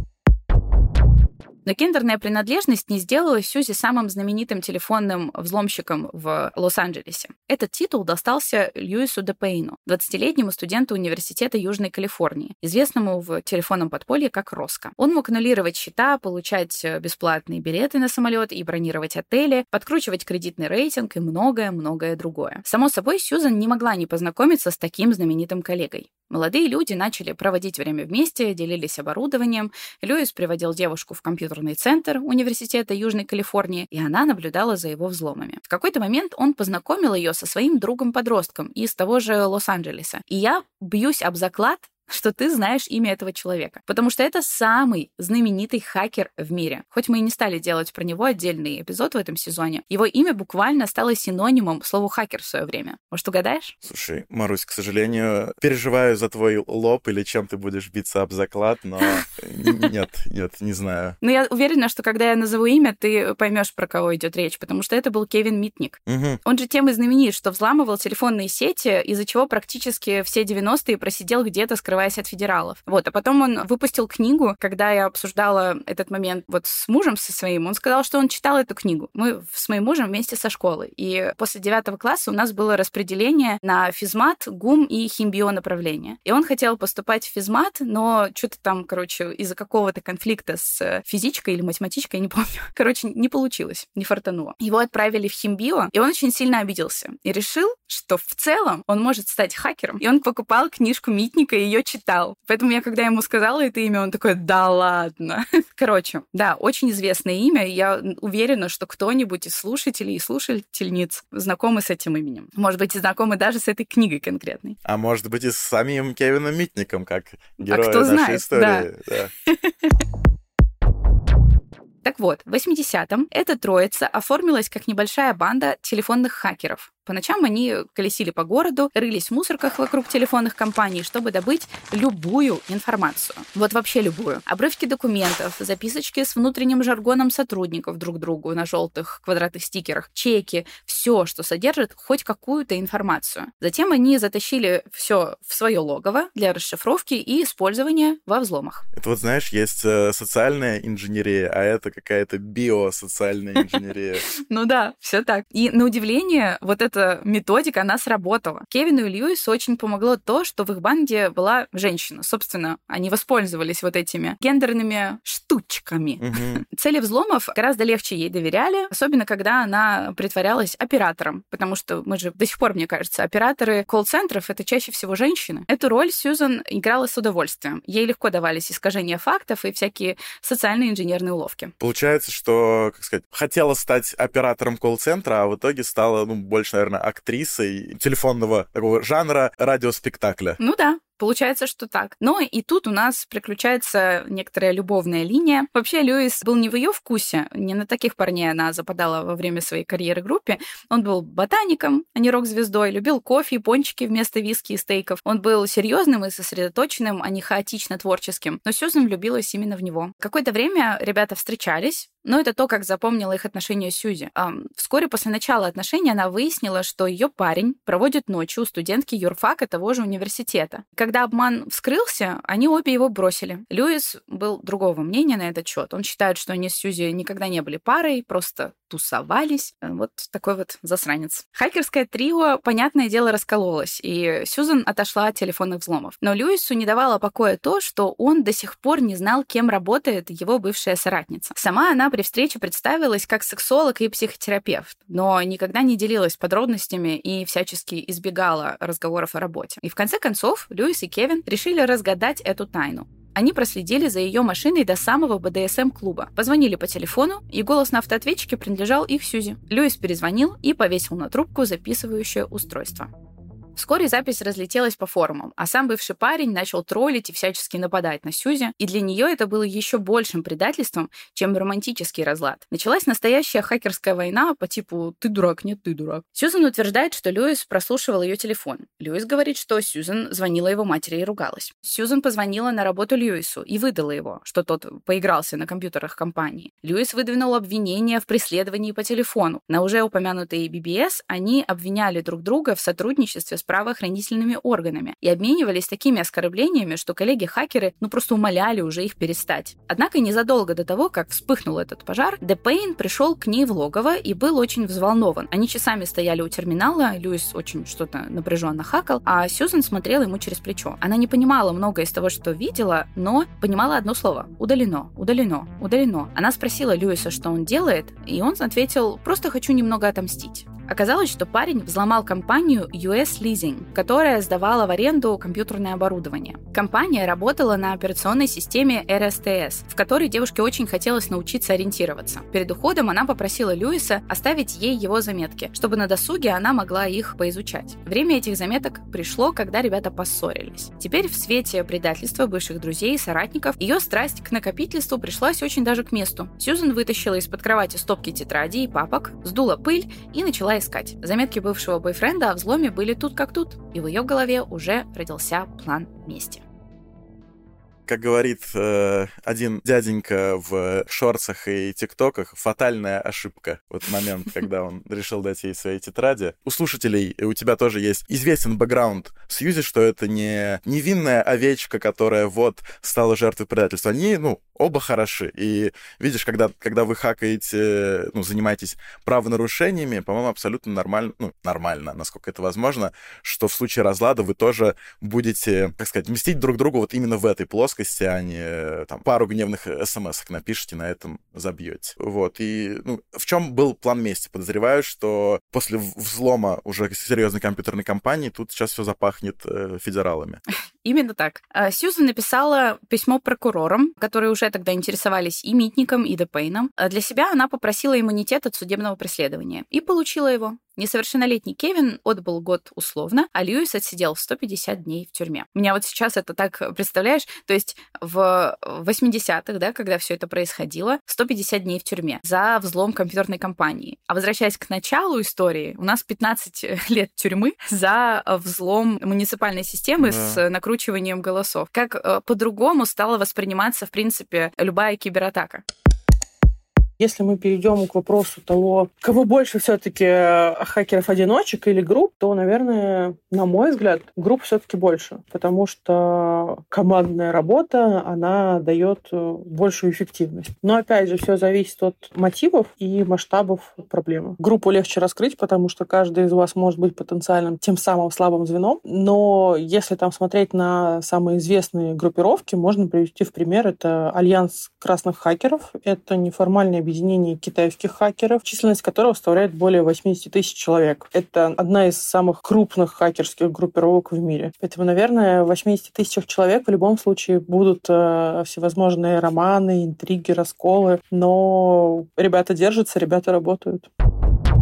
Но гендерная принадлежность не сделала Сьюзи самым знаменитым телефонным взломщиком в Лос-Анджелесе. Этот титул достался Льюису Депейну, двадцатилетнему студенту Университета Южной Калифорнии, известному в телефонном подполье как Роско. Он мог аннулировать счета, получать бесплатные билеты на самолет и бронировать отели, подкручивать кредитный рейтинг и многое-многое другое. Само собой, Сьюзан не могла не познакомиться с таким знаменитым коллегой. Молодые люди начали проводить время вместе, делились оборудованием. Льюис приводил девушку в компьютерный центр Университета Южной Калифорнии, и она наблюдала за его взломами. В какой-то момент он познакомил ее со своим другом-подростком из того же Лос-Анджелеса. И я бьюсь об заклад, что ты знаешь имя этого человека. Потому что это самый знаменитый хакер в мире. Хоть мы и не стали делать про него отдельный эпизод в этом сезоне, его имя буквально стало синонимом слову «хакер» в свое время. Может, угадаешь? Слушай, Марусь, к сожалению, переживаю за твой лоб или чем ты будешь биться об заклад, но нет, нет, не знаю. Но я уверена, что когда я назову имя, ты поймешь, про кого идет речь, потому что это был Кевин Митник. Угу. Он же тем и знаменит, что взламывал телефонные сети, из-за чего практически все девяностые просидел где-то, скрываясь от федералов. Вот, а потом он выпустил книгу, когда я обсуждала этот момент вот с мужем со своим, он сказал, что он читал эту книгу. Мы с моим мужем вместе со школы. И после девятого класса у нас было распределение на физмат, гум и химбио направление. И он хотел поступать в физмат, но что-то там, короче, из-за какого-то конфликта с физичкой или математичкой, я не помню. Короче, не получилось, не фартануло. Его отправили в химбио, и он очень сильно обиделся. И решил, что в целом он может стать хакером. И он покупал книжку Митника и ее читал. Поэтому я, когда ему сказала это имя, он такой: да ладно. Короче, да, очень известное имя. И я уверена, что кто-нибудь из слушателей и слушательниц знакомы с этим именем. Может быть, и знакомы даже с этой книгой конкретной. А может быть, и с самим Кевином Митником, как героем а кто нашей знает, истории. Да. Так вот, в восьмидесятом эта троица оформилась как небольшая банда телефонных хакеров. По ночам они колесили по городу, рылись в мусорках вокруг телефонных компаний, чтобы добыть любую информацию. Вот вообще любую. Обрывки документов, записочки с внутренним жаргоном сотрудников друг другу на желтых квадратных стикерах, чеки, все, что содержит хоть какую-то информацию. Затем они затащили все в свое логово для расшифровки и использования во взломах. Это вот, знаешь, есть социальная инженерия, а это какая-то биосоциальная инженерия. Ну да, все так. И на удивление, вот это методика, она сработала. Кевину и Льюису очень помогло то, что в их банде была женщина. Собственно, они воспользовались вот этими гендерными штучками. Угу. Цели взломов гораздо легче ей доверяли, особенно когда она притворялась оператором, потому что мы же до сих пор, мне кажется, операторы колл-центров — это чаще всего женщины. Эту роль Сьюзан играла с удовольствием. Ей легко давались искажения фактов и всякие социальные инженерные уловки. Получается, что, как сказать, хотела стать оператором колл-центра, а в итоге стала, ну, больше, наверное, актрисой телефонного такого жанра радиоспектакля. Ну да. Получается, что так. Но и тут у нас приключается некоторая любовная линия. Вообще, Льюис был не в ее вкусе. Не на таких парней она западала во время своей карьеры в группе. Он был ботаником, а не рок-звездой. Любил кофе и пончики вместо виски и стейков. Он был серьезным и сосредоточенным, а не хаотично творческим. Но Сьюзан влюбилась именно в него. Какое-то время ребята встречались, но это то, как запомнила их отношения Сьюзи. Вскоре после начала отношений она выяснила, что ее парень проводит ночью у студентки юрфака того же университета. Когда обман вскрылся, они обе его бросили. Льюис был другого мнения на этот счет. Он считает, что они с Сьюзи никогда не были парой, просто тусовались. Вот такой вот засранец. Хакерское трио, понятное дело, раскололось, и Сьюзан отошла от телефонных взломов. Но Льюису не давало покоя то, что он до сих пор не знал, кем работает его бывшая соратница. Сама она при встрече представилась как сексолог и психотерапевт, но никогда не делилась подробностями и всячески избегала разговоров о работе. И в конце концов Льюис и Кевин решили разгадать эту тайну. Они проследили за ее машиной до самого бэ дэ эс эм-клуба, позвонили по телефону, и голос на автоответчике принадлежал их Сьюзи. Льюис перезвонил и повесил на трубку записывающее устройство. Вскоре запись разлетелась по форумам, а сам бывший парень начал троллить и всячески нападать на Сьюзи, и для нее это было еще большим предательством, чем романтический разлад. Началась настоящая хакерская война по типу «ты дурак, нет, ты дурак». Сьюзан утверждает, что Льюис прослушивал ее телефон. Льюис говорит, что Сьюзан звонила его матери и ругалась. Сьюзан позвонила на работу Льюису и выдала его, что тот поигрался на компьютерах компании. Льюис выдвинул обвинения в преследовании по телефону. На уже упомянутые би би эс они обвиняли друг друга в сотрудничестве с правоохранительными органами и обменивались такими оскорблениями, что коллеги-хакеры ну просто умоляли уже их перестать. Однако незадолго до того, как вспыхнул этот пожар, Де Пейн пришел к ней в логово и был очень взволнован. Они часами стояли у терминала, Льюис очень что-то напряженно хакал, а Сьюзан смотрела ему через плечо. Она не понимала многое из того, что видела, но понимала одно слово — удалено, удалено, удалено. Она спросила Льюиса, что он делает, и он ответил: «Просто хочу немного отомстить». Оказалось, что парень взломал компанию ю эс Leasing, которая сдавала в аренду компьютерное оборудование. Компания работала на операционной системе эр эс ти эс, в которой девушке очень хотелось научиться ориентироваться. Перед уходом она попросила Льюиса оставить ей его заметки, чтобы на досуге она могла их поизучать. Время этих заметок пришло, когда ребята поссорились. Теперь в свете предательства бывших друзей и соратников ее страсть к накопительству пришлась очень даже к месту. Сьюзан вытащила из-под кровати стопки тетрадей и папок, сдула пыль и начала искать. Заметки бывшего бойфренда о взломе были тут как тут, и в ее голове уже родился план мести. Как говорит э, один дяденька в шорцах и тиктоках, фатальная ошибка. Вот момент, когда он решил дать ей свои тетради. У слушателей, у тебя тоже есть известен бэкграунд Сьюзи, что это не невинная овечка, которая вот стала жертвой предательства. Они, ну, оба хороши. И видишь, когда, когда вы хакаете, ну, занимаетесь правонарушениями, по-моему, абсолютно нормально, ну, нормально, насколько это возможно, что в случае разлада вы тоже будете, как сказать, мстить друг другу вот именно в этой плоскости, а не там пару гневных смс-ок напишите, на этом забьете. Вот. И ну, в чем был план мести? Подозреваю, что после взлома уже серьезной компьютерной компании тут сейчас все запахнет э, федералами. Именно так. Сьюзан написала письмо прокурорам, которые уже тогда интересовались и Митником, и Де Пейном. Для себя она попросила иммунитет от судебного преследования и получила его. Несовершеннолетний Кевин отбыл год условно, а Льюис отсидел сто пятьдесят дней в тюрьме. У меня вот сейчас это так, представляешь, то есть в восьмидесятых, да, когда все это происходило, сто пятьдесят дней в тюрьме за взлом компьютерной компании. А возвращаясь к началу истории, у нас пятнадцать лет тюрьмы за взлом муниципальной системы, да, с накручиванием голосов. Как по-другому стала восприниматься, в принципе, любая кибератака? Если мы перейдем к вопросу того, кого больше все-таки хакеров-одиночек или групп, то, наверное, на мой взгляд, групп все-таки больше, потому что командная работа, она дает большую эффективность. Но, опять же, все зависит от мотивов и масштабов проблемы. Группу легче раскрыть, потому что каждый из вас может быть потенциальным тем самым слабым звеном, но если там смотреть на самые известные группировки, можно привести в пример, это Альянс красных хакеров, это неформальное объединение китайских хакеров, численность которого составляет более восемьдесят тысяч человек. Это одна из самых крупных хакерских группировок в мире. Поэтому, наверное, в восьмидесяти тысячах человек в любом случае будут э, всевозможные романы, интриги, расколы, но ребята держатся, ребята работают.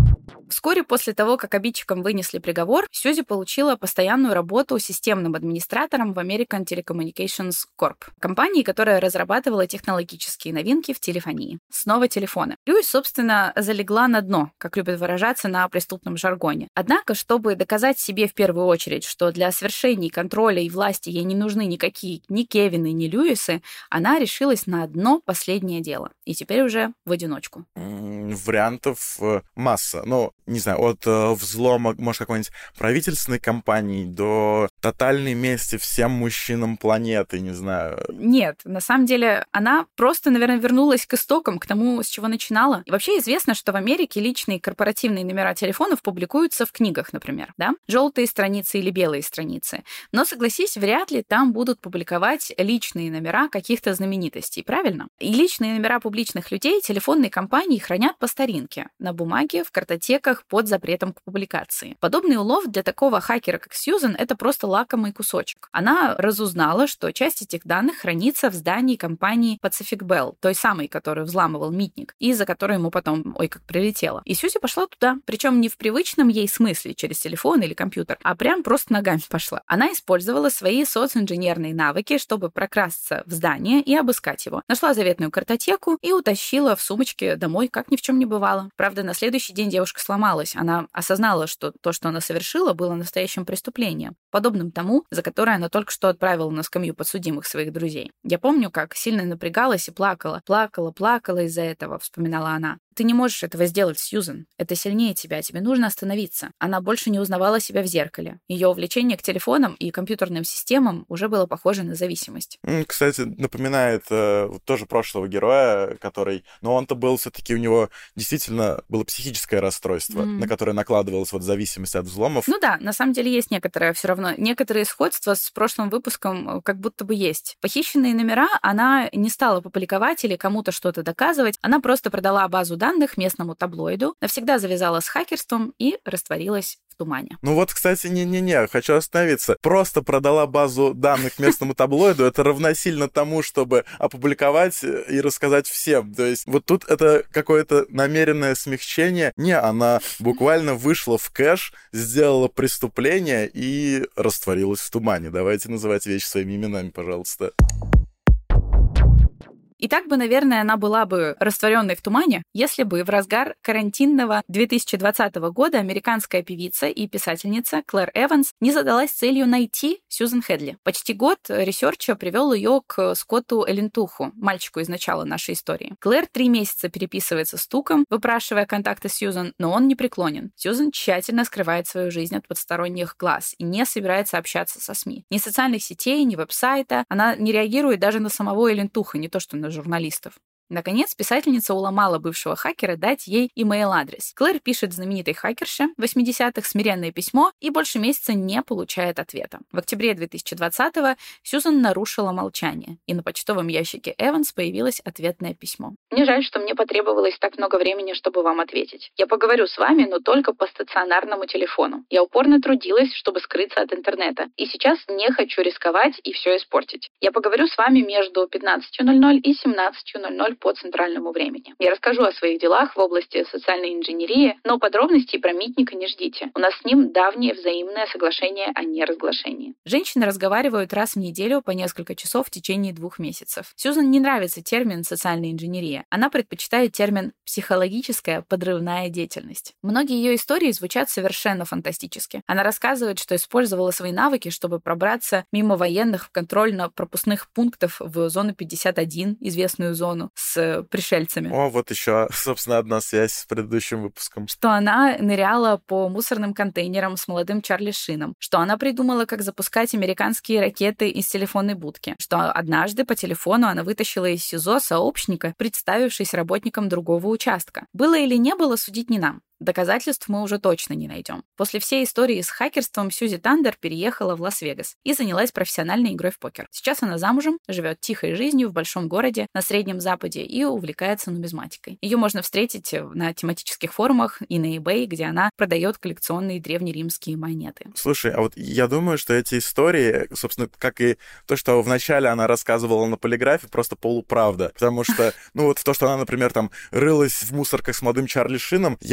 Вскоре после того, как обидчикам вынесли приговор, Сьюзи получила постоянную работу системным администратором в American Telecommunications Corp, компании, которая разрабатывала технологические новинки в телефонии. Снова телефоны. Льюис, собственно, залегла на дно, как любят выражаться на преступном жаргоне. Однако, чтобы доказать себе в первую очередь, что для свершений контроля и власти ей не нужны никакие ни Кевины, ни Льюисы, она решилась на одно последнее дело. И теперь уже в одиночку. Вариантов масса. Ну, не знаю, от взлома, может, какой-нибудь правительственной компании до тотальной мести всем мужчинам планеты, не знаю. Нет, на самом деле она просто, наверное, вернулась к истокам, к тому, с чего начинала. И вообще известно, что в Америке личные корпоративные номера телефонов публикуются в книгах, например, да? Желтые страницы или белые страницы. Но, согласись, вряд ли там будут публиковать личные номера каких-то знаменитостей, правильно? И личные номера публичных людей телефонные компании хранят по старинке, на бумаге, в картотеках под запретом к публикации. Подобный улов для такого хакера, как Сьюзан, это просто лакомый кусочек. Она разузнала, что часть этих данных хранится в здании компании Pacific Bell, той самой, которую взламывал Митник, и за которой ему потом, ой, как прилетело. И Сьюзи пошла туда, причем не в привычном ей смысле, через телефон или компьютер, а прям просто ногами пошла. Она использовала свои социнженерные навыки, чтобы прокрасться в здание и обыскать его. Нашла заветную картотеку и утащила в сумочке домой, как ни в чем не бывало. Правда, на следующий день девушка сломалась. Она осознала, что то, что она совершила, было настоящим преступлением, подобным тому, за которое она только что отправила на скамью подсудимых своих друзей. Я помню, как сильно напрягалась и плакала. Плакала, плакала из-за этого, вспоминала она. Ты не можешь этого сделать, Сьюзан. Это сильнее тебя, тебе нужно остановиться. Она больше не узнавала себя в зеркале. Ее увлечение к телефонам и компьютерным системам уже было похоже на зависимость. Кстати, напоминает э, тоже прошлого героя, который... Но он-то был все-таки, у него действительно было психическое расстройство, mm. на которое накладывалась вот зависимость от взломов. Ну да, на самом деле есть некоторое все равно, некоторые сходства с прошлым выпуском как будто бы есть. Похищенные номера она не стала публиковать или кому-то что-то доказывать, она просто продала базу данных местному таблоиду, навсегда завязала с хакерством и растворилась в тумане. Ну вот, кстати, не-не-не, хочу остановиться. Просто продала базу данных местному таблоиду, это равносильно тому, чтобы опубликовать и рассказать всем. То есть вот тут это какое-то намеренное смягчение. Не, она буквально вышла в кэш, сделала преступление и растворилась в тумане. Давайте называть вещи своими именами, пожалуйста. И так бы, наверное, она была бы растворенной в тумане, если бы в разгар карантинного две тысячи двадцатого года американская певица и писательница Клэр Эванс не задалась целью найти Сьюзан Хедли. Почти год ресерча привел ее к Скотту Элентуху, мальчику из начала нашей истории. Клэр три месяца переписывается с Туком, выпрашивая контакты Сьюзан, но он не преклонен. Сьюзан тщательно скрывает свою жизнь от посторонних глаз и не собирается общаться со СМИ. Ни социальных сетей, ни веб-сайта. Она не реагирует даже на самого Элентуха, не то что на журналистов. Наконец, писательница уломала бывшего хакера дать ей имейл-адрес. Клэр пишет знаменитой хакерше в восьмидесятых смиренное письмо и больше месяца не получает ответа. В октябре две тысячи двадцатого Сьюзан нарушила молчание, и на почтовом ящике Эванс появилось ответное письмо. «Мне жаль, что мне потребовалось так много времени, чтобы вам ответить. Я поговорю с вами, но только по стационарному телефону. Я упорно трудилась, чтобы скрыться от интернета, и сейчас не хочу рисковать и все испортить. Я поговорю с вами между пятнадцатью ноль ноль и семнадцатью ноль ноль по центральному времени. Я расскажу о своих делах в области социальной инженерии, но подробностей про Митника не ждите. У нас с ним давнее взаимное соглашение о неразглашении». Женщины разговаривают раз в неделю по несколько часов в течение двух месяцев. Сьюзан не нравится термин «социальная инженерия». Она предпочитает термин «психологическая подрывная деятельность». Многие ее истории звучат совершенно фантастически. Она рассказывает, что использовала свои навыки, чтобы пробраться мимо военных в контрольно-пропускных пунктов в зону пятьдесят один, известную зону, с пришельцами. О, вот еще, собственно, одна связь с предыдущим выпуском. Что она ныряла по мусорным контейнерам с молодым Чарли Шином, что она придумала, как запускать американские ракеты из телефонной будки, что однажды по телефону она вытащила из СИЗО сообщника, представившись работником другого участка. Было или не было, судить не нам. Доказательств мы уже точно не найдем. После всей истории с хакерством Сьюзи Тандер переехала в Лас-Вегас и занялась профессиональной игрой в покер. Сейчас она замужем, живет тихой жизнью в большом городе на Среднем Западе и увлекается нумизматикой. Ее можно встретить на тематических форумах и на eBay, где она продает коллекционные древнеримские монеты. Слушай, а вот я думаю, что эти истории, собственно, как и то, что вначале она рассказывала на полиграфе, просто полуправда. Потому что, ну вот то, что она, например, там рылась в мусорках с молодым Чарли Шином, я охотно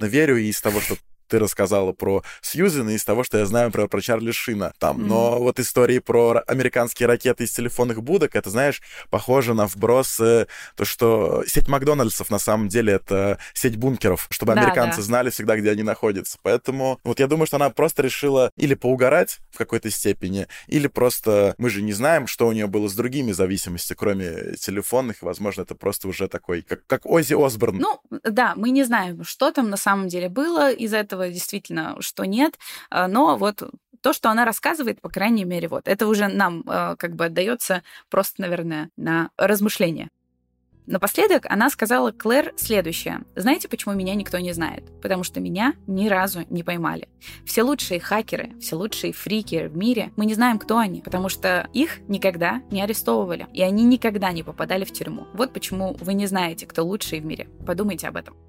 абсолютно верю и из того, что ты рассказала про Сьюзен, и из того, что я знаю про, про Чарли Шина там. Mm-hmm. Но вот истории про американские ракеты из телефонных будок, это, знаешь, похоже на вброс э, то, что сеть Макдональдсов на самом деле это сеть бункеров, чтобы да, американцы да. знали всегда, где они находятся. Поэтому вот я думаю, что она просто решила или поугарать в какой-то степени, или просто мы же не знаем, что у нее было с другими зависимостями, кроме телефонных, и, возможно, это просто уже такой, как, как Оззи Осборн. Ну, да, мы не знаем, что там на самом деле было из этого действительно, что нет, но вот то, что она рассказывает, по крайней мере, вот, это уже нам как бы отдается просто, наверное, на размышление. Напоследок она сказала Клэр следующее. Знаете, почему меня никто не знает? Потому что меня ни разу не поймали. Все лучшие хакеры, все лучшие фрики в мире, мы не знаем, кто они, потому что их никогда не арестовывали, и они никогда не попадали в тюрьму. Вот почему вы не знаете, кто лучший в мире. Подумайте об этом.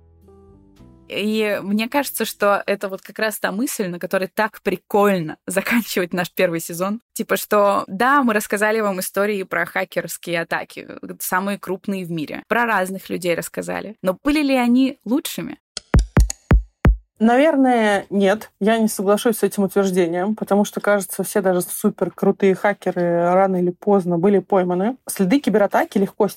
И мне кажется, что это вот как раз та мысль, на которой так прикольно заканчивать наш первый сезон. Типа, что да, мы рассказали вам истории про хакерские атаки, самые крупные в мире. Про разных людей рассказали. Но были ли они лучшими? Наверное, нет. Я не соглашусь с этим утверждением, потому что, кажется, все даже супер крутые хакеры рано или поздно были пойманы. Следы кибератаки легко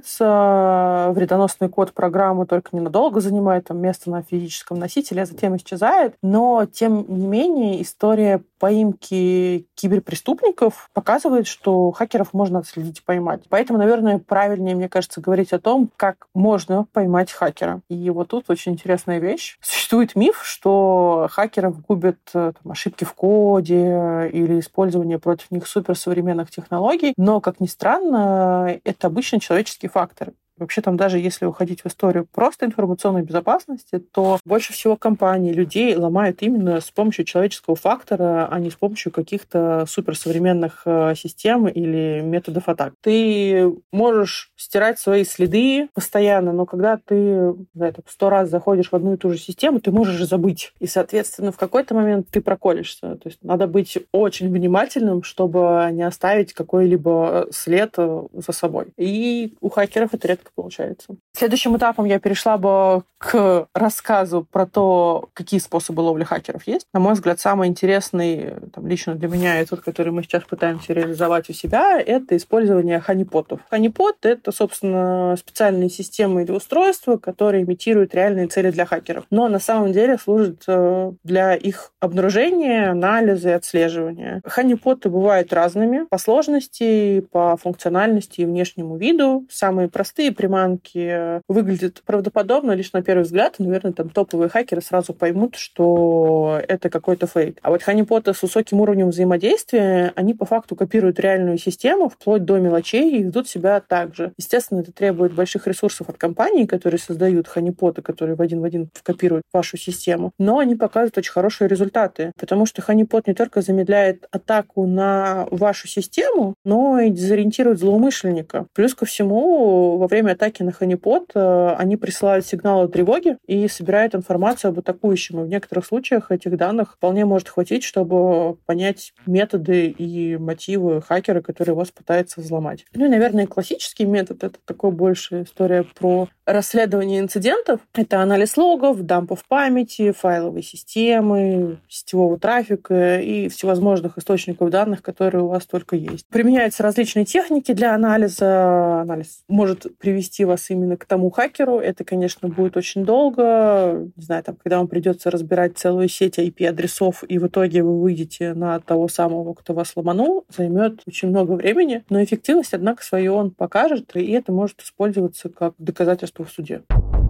стираются, вредоносный код программы только ненадолго занимает там место на физическом носителе, а затем исчезает. Но, тем не менее, история поимки киберпреступников показывает, что хакеров можно отследить и поймать. Поэтому, наверное, правильнее, мне кажется, говорить о том, как можно поймать хакера. И вот тут очень интересная вещь. Существует миф, что хакеров губят там, ошибки в коде или использование против них суперсовременных технологий, но, как ни странно, это обычно человеческий фактор. Вообще там даже если уходить в историю просто информационной безопасности, то больше всего компаний, людей ломают именно с помощью человеческого фактора, а не с помощью каких-то суперсовременных систем или методов атак. Ты можешь стирать свои следы постоянно, но когда ты сто раз заходишь в одну и ту же систему, ты можешь забыть. И, соответственно, в какой-то момент ты проколешься. То есть надо быть очень внимательным, чтобы не оставить какой-либо след за собой. И у хакеров это редко получается. Следующим этапом я перешла бы к рассказу про то, какие способы ловли хакеров есть. На мой взгляд, самый интересный, там, лично для меня, и тот, который мы сейчас пытаемся реализовать у себя, это использование ханипотов. Ханипот — это, собственно, специальные системы или устройства, которые имитируют реальные цели для хакеров. Но на самом деле служат для их обнаружения, анализа и отслеживания. Ханипоты бывают разными по сложности, по функциональности и внешнему виду. Самые простые приманки выглядят правдоподобно лишь на первый взгляд. Наверное, там топовые хакеры сразу поймут, что это какой-то фейк. А вот ханипоты с высоким уровнем взаимодействия, они по факту копируют реальную систему вплоть до мелочей и ведут себя так же. Естественно, это требует больших ресурсов от компаний, которые создают ханипоты, которые в один в один копируют вашу систему. Но они показывают очень хорошие результаты, потому что ханипот не только замедляет атаку на вашу систему, но и дезориентирует злоумышленника. Плюс ко всему, во время атаки на ханипот они присылают сигналы тревоги и собирают информацию об атакующем. И в некоторых случаях этих данных вполне может хватить, чтобы понять методы и мотивы хакера, который вас пытается взломать. Ну и, наверное, классический метод — это такой больше история про расследование инцидентов. Это анализ логов, дампов памяти, файловой системы, сетевого трафика и всевозможных источников данных, которые у вас только есть. Применяются различные техники для анализа. Анализ может привести вас именно к тому хакеру. Это, конечно, будет очень долго. Не знаю, там, когда вам придется разбирать целую сеть ай пи-адресов, и в итоге вы выйдете на того самого, кто вас ломанул, займет очень много времени. Но эффективность, однако, свою он покажет, и это может использоваться как доказательство в суде.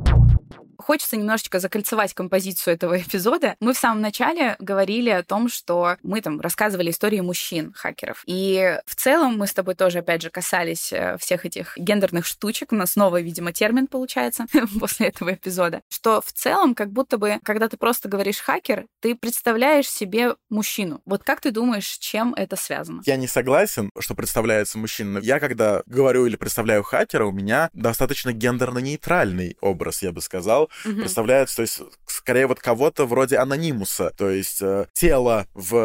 Хочется немножечко закольцевать композицию этого эпизода. Мы в самом начале говорили о том, что мы там рассказывали истории мужчин-хакеров. И в целом мы с тобой тоже, опять же, касались всех этих гендерных штучек. У нас новый, видимо, термин получается после этого эпизода. Что в целом, как будто бы, когда ты просто говоришь «хакер», ты представляешь себе мужчину. Вот как ты думаешь, с чем это связано? Я не согласен, что представляется мужчина. Я, когда говорю или представляю хакера, у меня достаточно гендерно-нейтральный образ, я бы сказал. Угу. Представляется, то есть скорее вот кого-то вроде анонимуса, то есть э, тело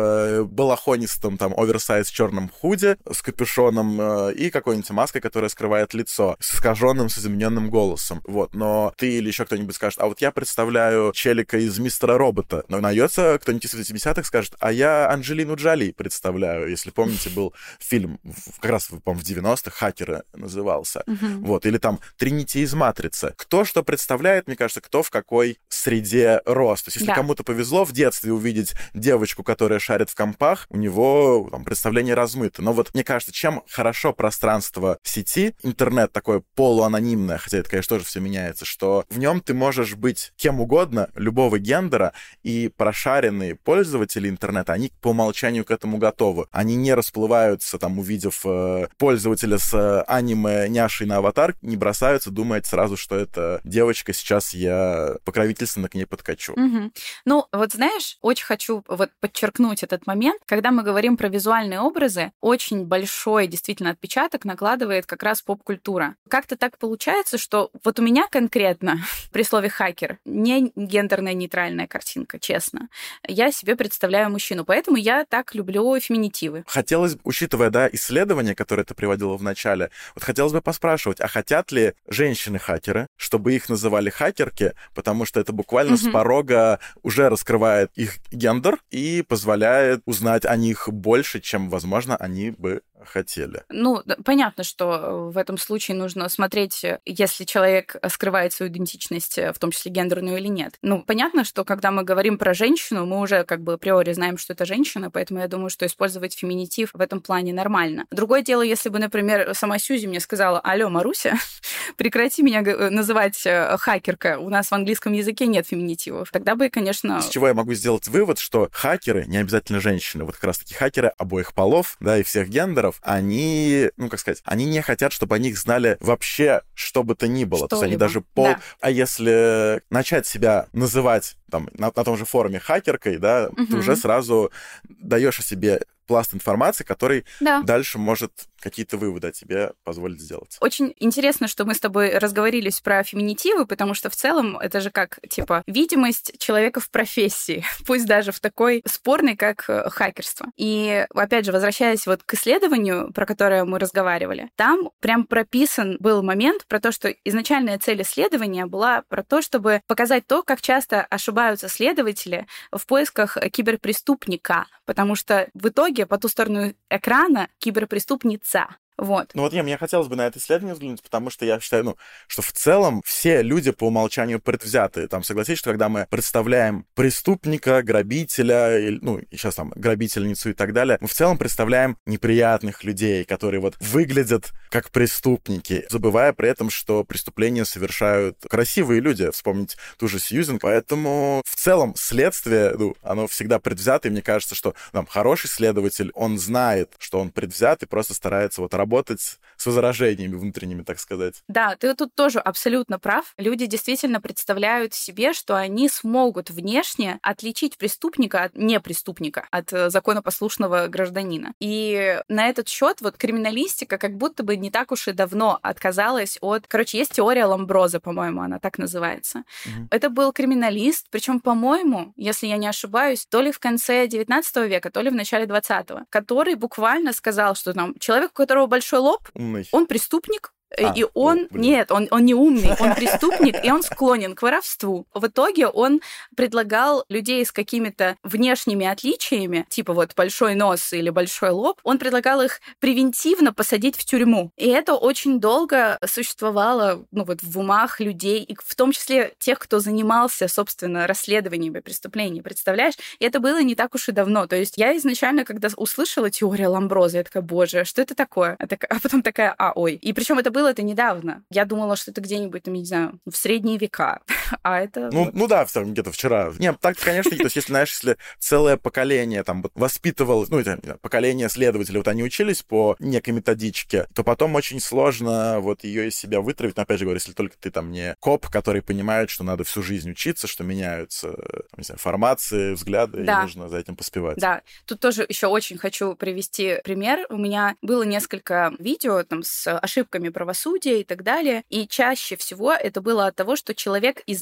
в балахонистом там оверсайз черном худе с капюшоном э, и какой-нибудь маской, которая скрывает лицо, с искаженным, с измененным голосом. Вот, но ты или еще кто-нибудь скажет, а вот я представляю челика из Мистера Робота. Но найдется кто-нибудь из восьмидесятых скажет, а я Анджелину Джоли представляю. Если помните, был фильм, как раз, по-моему, в девяностых, «Хакеры» назывался. Uh-huh. Вот, или там «Тринити из Матрицы». Кто что представляет, мне кажется, кто в какой среде рос. То есть, если да. кому-то повезло в детстве увидеть девочку, которая шарит в компах, у него там представление размыто. Но вот, мне кажется, чем хорошо пространство в сети, интернет такое полуанонимное, хотя это, конечно, тоже все меняется, что в нем ты можешь быть кем угодно, любого гендера, и прошаренные пользователи интернета, они по умолчанию к этому готовы. Они не расплываются, там, увидев э, пользователя с э, аниме-няшей на аватар, не бросаются, думают сразу, что это девочка, сейчас я покровительственно к ней подкачу. Угу. Ну, вот знаешь, очень хочу вот подчеркнуть этот момент, когда мы говорим про визуальные образы, очень большой действительно отпечаток накладывает как раз поп-культура. Как-то так получается, что вот у меня конкретно при слове «хакер» не гендерная нейтральная картинка, честно. Я себе представляю мужчину, поэтому я так люблю феминитивы. Хотелось, учитывая, да, исследования, которые ты приводила в начале, вот хотелось бы поспрашивать, а хотят ли женщины-хакеры, чтобы их называли хакерки, потому что это буквально mm-hmm. с порога уже раскрывает их гендер и позволяет узнать о них больше, чем, возможно, они бы хотели. Ну, понятно, что в этом случае нужно смотреть, если человек скрывает свою идентичность, в том числе гендерную или нет. Ну, понятно, что когда мы говорим про женщину, мы уже как бы априори знаем, что это женщина, поэтому я думаю, что использовать феминитив в этом плане нормально. Другое дело, если бы, например, сама Сьюзи мне сказала: алло, Маруся, прекрати меня называть хакерка, у нас в английском языке нет феминитивов. Тогда бы, конечно... Из чего я могу сделать вывод, что хакеры, не обязательно женщины, вот как раз-таки хакеры обоих полов, да, и всех гендеров, они, ну, как сказать, они не хотят, чтобы о них знали вообще что бы то ни было. Что-либо. То есть они даже пол... Да. А если начать себя называть там на, на том же форуме хакеркой, да, угу. ты уже сразу даешь о себе пласт информации, который да. дальше может какие-то выводы о тебе позволить сделать. Очень интересно, что мы с тобой разговорились про феминитивы, потому что в целом это же как, типа, видимость человека в профессии, пусть даже в такой спорной, как хакерство. И, опять же, возвращаясь вот к исследованию, про которое мы разговаривали, там прям прописан был момент про то, что изначальная цель исследования была про то, чтобы показать то, как часто ошибаются следователи в поисках киберпреступника, потому что в итоге по ту сторону экрана киберпреступница. Вот. Ну вот, я, мне хотелось бы на это исследование взглянуть, потому что я считаю, ну, что в целом все люди по умолчанию предвзятые. Там, согласитесь, что когда мы представляем преступника, грабителя, или, ну, и сейчас там грабительницу и так далее, мы в целом представляем неприятных людей, которые вот выглядят как преступники, забывая при этом, что преступления совершают красивые люди. Вспомнить ту же Сьюзен. Поэтому в целом следствие, ну, оно всегда предвзятое. И мне кажется, что там хороший следователь, он знает, что он предвзят и просто старается вот работать с возражениями внутренними, так сказать. Да, ты тут тоже абсолютно прав. Люди действительно представляют себе, что они смогут внешне отличить преступника от непреступника, от законопослушного гражданина. И на этот счет вот криминалистика как будто бы не так уж и давно отказалась от... Короче, есть теория Ламброза, по-моему, она так называется. Угу. Это был криминалист, причем, по-моему, если я не ошибаюсь, то ли в конце девятнадцатого века, то ли в начале двадцатого, который буквально сказал, что там человек, у которого большой лоб, умный. Он преступник, А, и он... О, нет, он, он не умный, он преступник, и он склонен к воровству. В итоге он предлагал людей с какими-то внешними отличиями, типа вот большой нос или большой лоб, он предлагал их превентивно посадить в тюрьму. И это очень долго существовало, ну вот, в умах людей, и в том числе тех, кто занимался, собственно, расследованиями преступлений, представляешь? И это было не так уж и давно. То есть я изначально, когда услышала теорию Ламброза, я такая, боже, что это такое? А, так... а потом такая, а, ой. И причем это было это недавно. Я думала, что это где-нибудь, там, не знаю, в средние века. А это... Ну, вот... ну да, где-то вчера. Нет, так, конечно, то есть, если, знаешь, если целое поколение там воспитывало, ну, это поколение следователей, вот они учились по некой методичке, то потом очень сложно вот ее из себя вытравить. Но, опять же говорю, если только ты там не коп, который понимает, что надо всю жизнь учиться, что меняются, не знаю, формации, взгляды, да. И нужно за этим поспевать. Да. Тут тоже еще очень хочу привести пример. У меня было несколько видео там с ошибками правосудия и так далее, и чаще всего это было от того, что человек изначально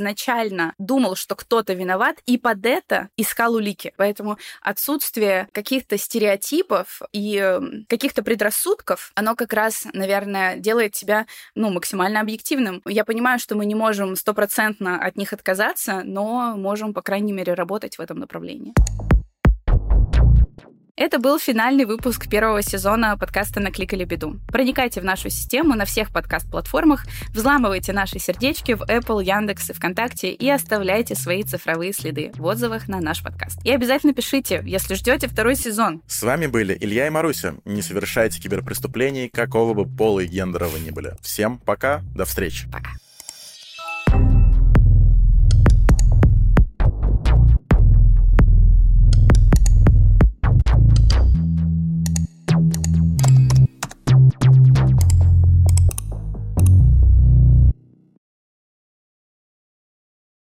изначально думал, что кто-то виноват, и под это искал улики. Поэтому отсутствие каких-то стереотипов и каких-то предрассудков, оно как раз, наверное, делает тебя, ну, максимально объективным. Я понимаю, что мы не можем стопроцентно от них отказаться, но можем, по крайней мере, работать в этом направлении. Это был финальный выпуск первого сезона подкаста «Накликали беду». Проникайте в нашу систему на всех подкаст-платформах, взламывайте наши сердечки в Apple, Яндекс и ВКонтакте и оставляйте свои цифровые следы в отзывах на наш подкаст. И обязательно пишите, если ждете второй сезон. С вами были Илья и Маруся. Не совершайте киберпреступлений, какого бы пола и гендера вы ни были. Всем пока, до встречи. Пока.